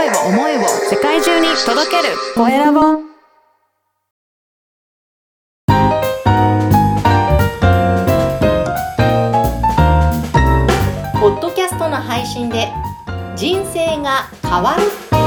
を思いを世界中に届けるコエラボ。ポッドキャストの配信で人生が変わる。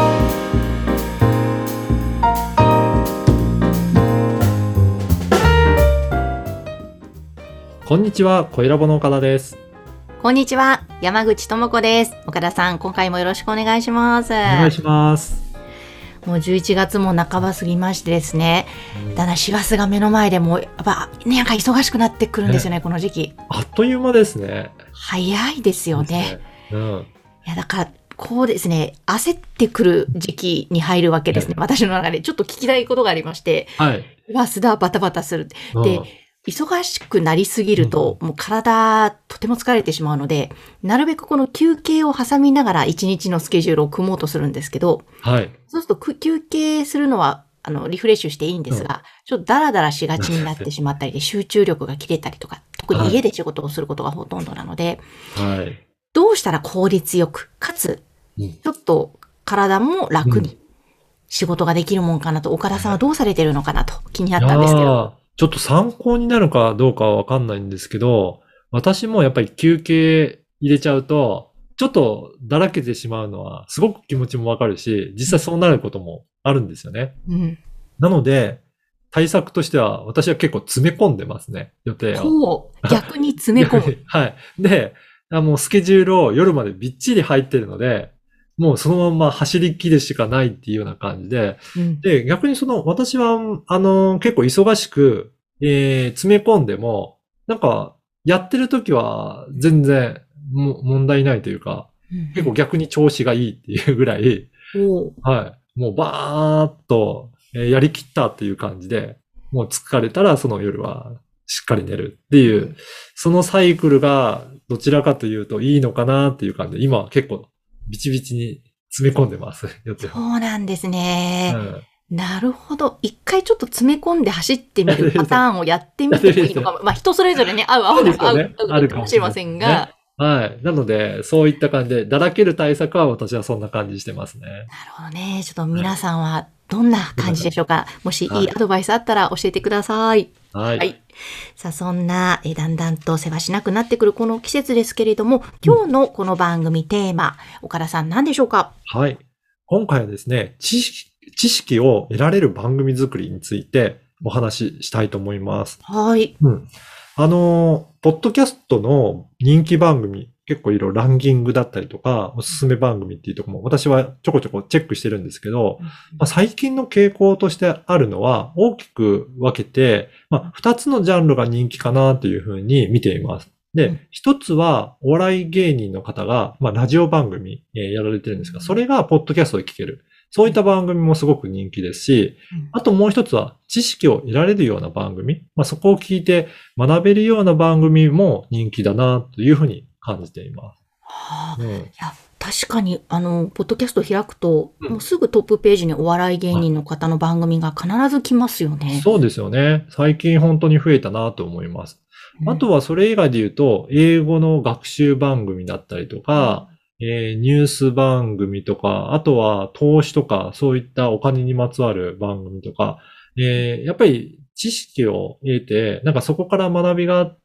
こんにちは、コエラボの岡田です。 こんにちは、山口智子です。岡田さん、今回もよろしくお願いします。お願いします。 もう11月も半ば過ぎましてですね、だんだん師走が目の前でもうやっぱなんか忙しくなってくるんですよね、この時期。 あっという間ですね。 早いですよね。いやだからこうですね、焦ってくる時期に入るわけですね。私の中でちょっと聞きたいことがありまして、バタバタする。で、忙しくなりすぎると、もう体とても疲れてしまうので、なるべくこの休憩を挟みながら一日のスケジュールを組もうとするんですけど、そうすると休憩するのはリフレッシュしていいんですが、ちょっとダラダラしがちになってしまったりで集中力が切れたりとか、特に家で仕事をすることがほとんどなので、どうしたら効率よく、かつちょっと体も楽に仕事ができるもんかなと、岡田さんはどうされてるのかなと気になったんですけど。 ちょっと参考になるかどうかはわかんないんですけど、私もやっぱり休憩入れちゃうと、ちょっとだらけてしまうのはすごく気持ちもわかるし、実際そうなることもあるんですよね。なので、対策としては私は結構詰め込んでますね、予定を。 逆に詰め込む。 で、もうスケジュールを夜までびっちり入ってるので、もうそのまま走り切るしかないっていうような感じで、で、逆に私は、結構忙しく、詰め込んでも、なんか、やってる時は全然問題ないというか、結構逆に調子がいいっていうぐらい、もうバーっと、やりきったっていう感じで、もう疲れたらその夜はしっかり寝るっていう、そのサイクルがどちらかというといいのかなっていう感じで、今は結構、ビチビチに詰め込んでます。 そうなんですね。なるほど。一回ちょっと詰め込んで走ってみるパターンをやってみてもいいのかも。まあ人それぞれね、合うかもしれませんが。 なので、そういった感じで、だらける対策は私はそんな感じしてますね。 なるほどね。ちょっと皆さんはどんな感じでしょうか。もしいいアドバイスあったら教えてください。さあ、そんな、だんだんとせわしなくなってくるこの季節ですけれども、今日のこの番組テーマ、岡田さん何でしょうか？ 今回はですね、知識を得られる番組作りについてお話ししたいと思います。ポッドキャストの人気番組、結構いろいろランキングだったりとか、おすすめ番組っていうところも私はちょこちょこチェックしてるんですけど、最近の傾向としてあるのは大きく分けて、2つのジャンルが人気かなというふうに見ています。で、一つはお笑い芸人の方が、ラジオ番組、やられてるんですが、それがポッドキャストで聞ける。そういった番組もすごく人気ですし、あともう一つは知識を得られるような番組、そこを聞いて学べるような番組も人気だなというふうに感じています。 いや確かに、ポッドキャスト開くと、もうすぐトップページにお笑い芸人の方の番組が必ず来ますよね。 そうですよね。最近本当に増えたなと思います。あとはそれ以外で言うと、英語の学習番組だったりとか、ニュース番組とか、あとは投資とか、そういったお金にまつわる番組とか、やっぱり知識を得て、なんかそこから学びがあって、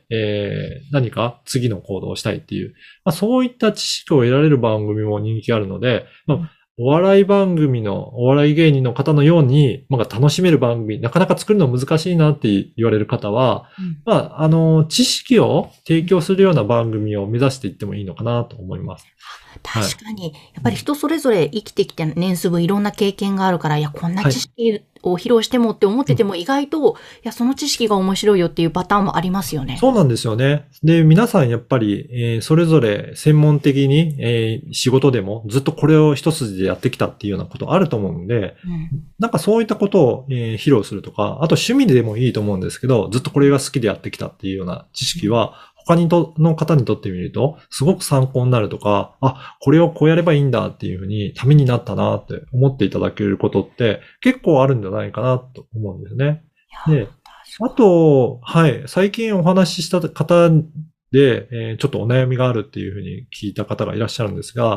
何か次の行動をしたいっていう、そういった知識を得られる番組も人気あるので、お笑い芸人の方のように、楽しめる番組、なかなか作るの難しいなって言われる方は、知識を提供するような番組を目指していってもいいのかなと思います。 確かに、やっぱり人それぞれ生きてきて年数分いろんな経験があるから、いや、こんな知識を披露してもって思ってても意外と、いや、その知識が面白いよっていうパターンもありますよね。 そうなんですよね。で、皆さんやっぱり、それぞれ専門的に、仕事でもずっとこれを一筋でやってきたっていうようなことあると思うんで、なんかそういったことを、披露するとか、あと趣味でもいいと思うんですけど、ずっとこれが好きでやってきたっていうような知識は、他の方にとってみると、すごく参考になるとか、これをこうやればいいんだっていうふうに、ためになったなって思っていただけることって結構あるんじゃないかなと思うんですね。で、あと、最近お話しした方で、ちょっとお悩みがあるっていうふうに聞いた方がいらっしゃるんですが、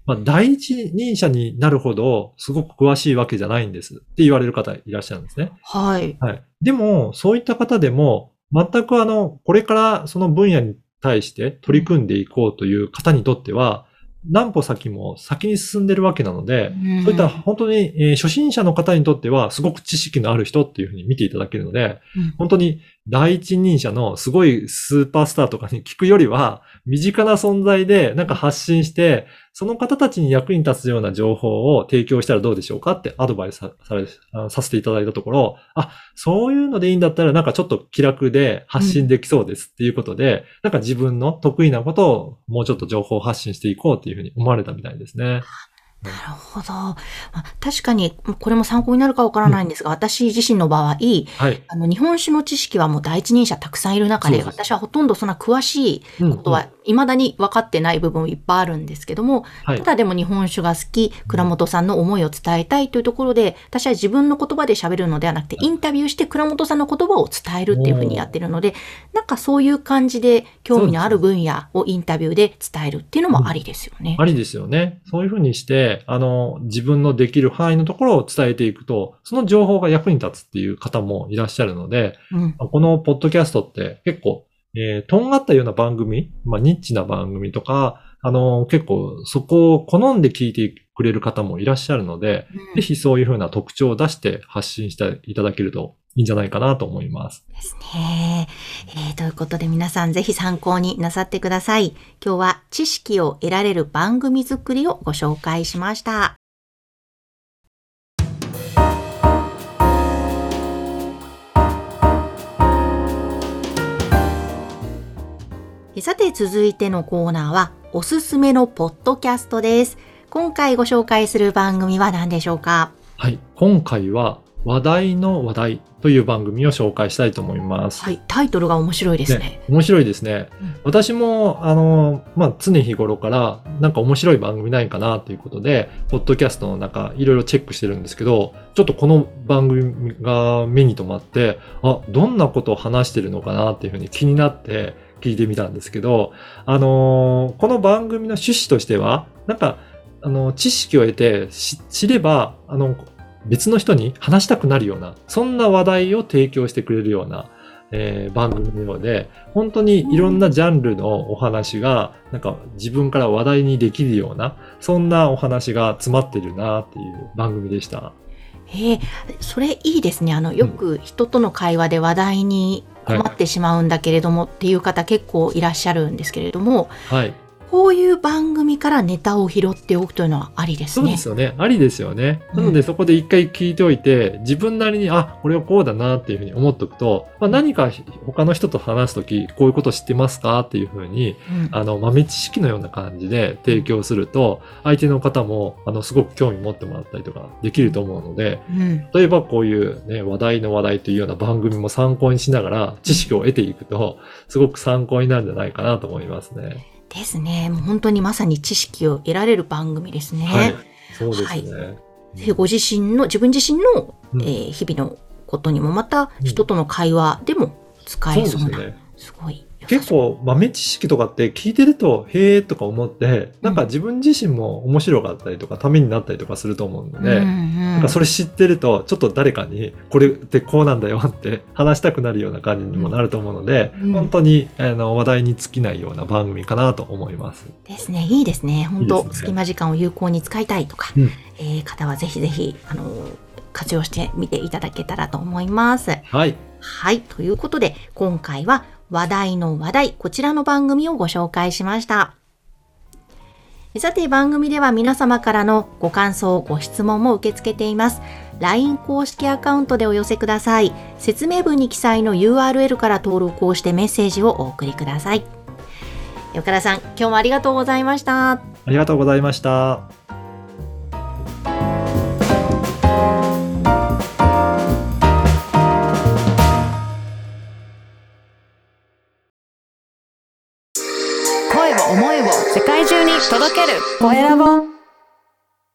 第一人者になるほどすごく詳しいわけじゃないんですって言われる方いらっしゃるんですね。 はい。 はい。でも、そういった方でも、全くこれからその分野に対して取り組んでいこうという方にとっては、何歩先も先に進んでるわけなので、そういった本当に、初心者の方にとってはすごく知識のある人っていうふうに見ていただけるので、本当に第一人者のすごいスーパースターとかに聞くよりは、身近な存在でなんか発信して、その方たちに役に立つような情報を提供したらどうでしょうかってアドバイスさせていただいたところ、そういうのでいいんだったらなんかちょっと気楽で発信できそうですっていうことで、なんか自分の得意なことをもうちょっと情報発信していこうっていうふうに思われたみたいですね。 なるほど。確かに、これも参考になるかわからないんですが、私自身の場合、はい、日本酒の知識はもう第一人者たくさんいる中で、私はほとんどそんな詳しいことは未だに分かってない部分いっぱいあるんですけども、ただでも日本酒が好き、倉本さんの思いを伝えたいというところで、私は自分の言葉で喋るのではなくて、インタビューして倉本さんの言葉を伝えるっていうふうにやってるので、なんかそういう感じで興味のある分野をインタビューで伝えるっていうのもありですよね。 ありですよね。そういうふうにして、自分のできる範囲のところを伝えていくと、その情報が役に立つっていう方もいらっしゃるので、このポッドキャストって結構、とんがったような番組、ニッチな番組とか、結構そこを好んで聞いてくれる方もいらっしゃるので、ぜひそういうふうな特徴を出して発信していただけるといいんじゃないかなと思います。 ですね。ということで皆さんぜひ参考になさってください。今日は知識を得られる番組作りをご紹介しました。さて続いてのコーナーはおすすめのポッドキャストです。今回ご紹介する番組は何でしょうか？ はい、今回は話題の話題という番組を紹介したいと思います。 はい、タイトルが面白いですね。 面白いですね。私も常日頃からなんか面白い番組ないかなということで、ポッドキャストの中いろいろチェックしてるんですけど、ちょっとこの番組が目に留まって、どんなことを話してるのかなっていうふうに気になって聞いてみたんですけど、この番組の趣旨としては、なんか知識を得て知れば別の人に話したくなるような、そんな話題を提供してくれるような、番組のようで、本当にいろんなジャンルのお話が、なんか自分から話題にできるような、そんなお話が詰まってるなっていう番組でした。 それいいですね。よく人との会話で話題に困ってしまうんだけれどもっていう方結構いらっしゃるんですけれども、はい。こういう番組からネタを拾っておくというのはありですね。 そうですよね。ありですよね。なのでそこで一回聞いておいて、自分なりに、これはこうだなっていうふうに思っておくと、何か他の人と話すとき、こういうこと知ってますかっていうふうに、豆知識のような感じで提供すると、相手の方も、すごく興味持ってもらったりとかできると思うので、例えばこういうね、話題の話題というような番組も参考にしながら知識を得ていくと、すごく参考になるんじゃないかなと思いますね。 ですね。もう本当にまさに知識を得られる番組ですね。 はい。そうですね。 ぜひ自分自身の、日々のことにもまた人との会話でも使えそうな、すごい。 結構豆知識とかって聞いてるとへーとか思って、なんか自分自身も面白かったりとかためになったりとかすると思うので、なんかそれ知ってるとちょっと誰かにこれってこうなんだよって話したくなるような感じにもなると思うので、本当に話題に尽きないような番組かなと思います。 ですね。いいですね。本当隙間時間を有効に使いたいとか、方はぜひぜひ活用してみていただけたらと思います。 はい。 はい。ということで今回は話題の話題、こちらの番組をご紹介しました。さて番組では皆様からのご感想、ご質問も受け付けています。LINE 公式アカウントでお寄せください。説明文に記載の URL から登録をしてメッセージをお送りください。岡田さん、今日もありがとうございました。 ありがとうございました。 思いを世界中に届けるコエラボ。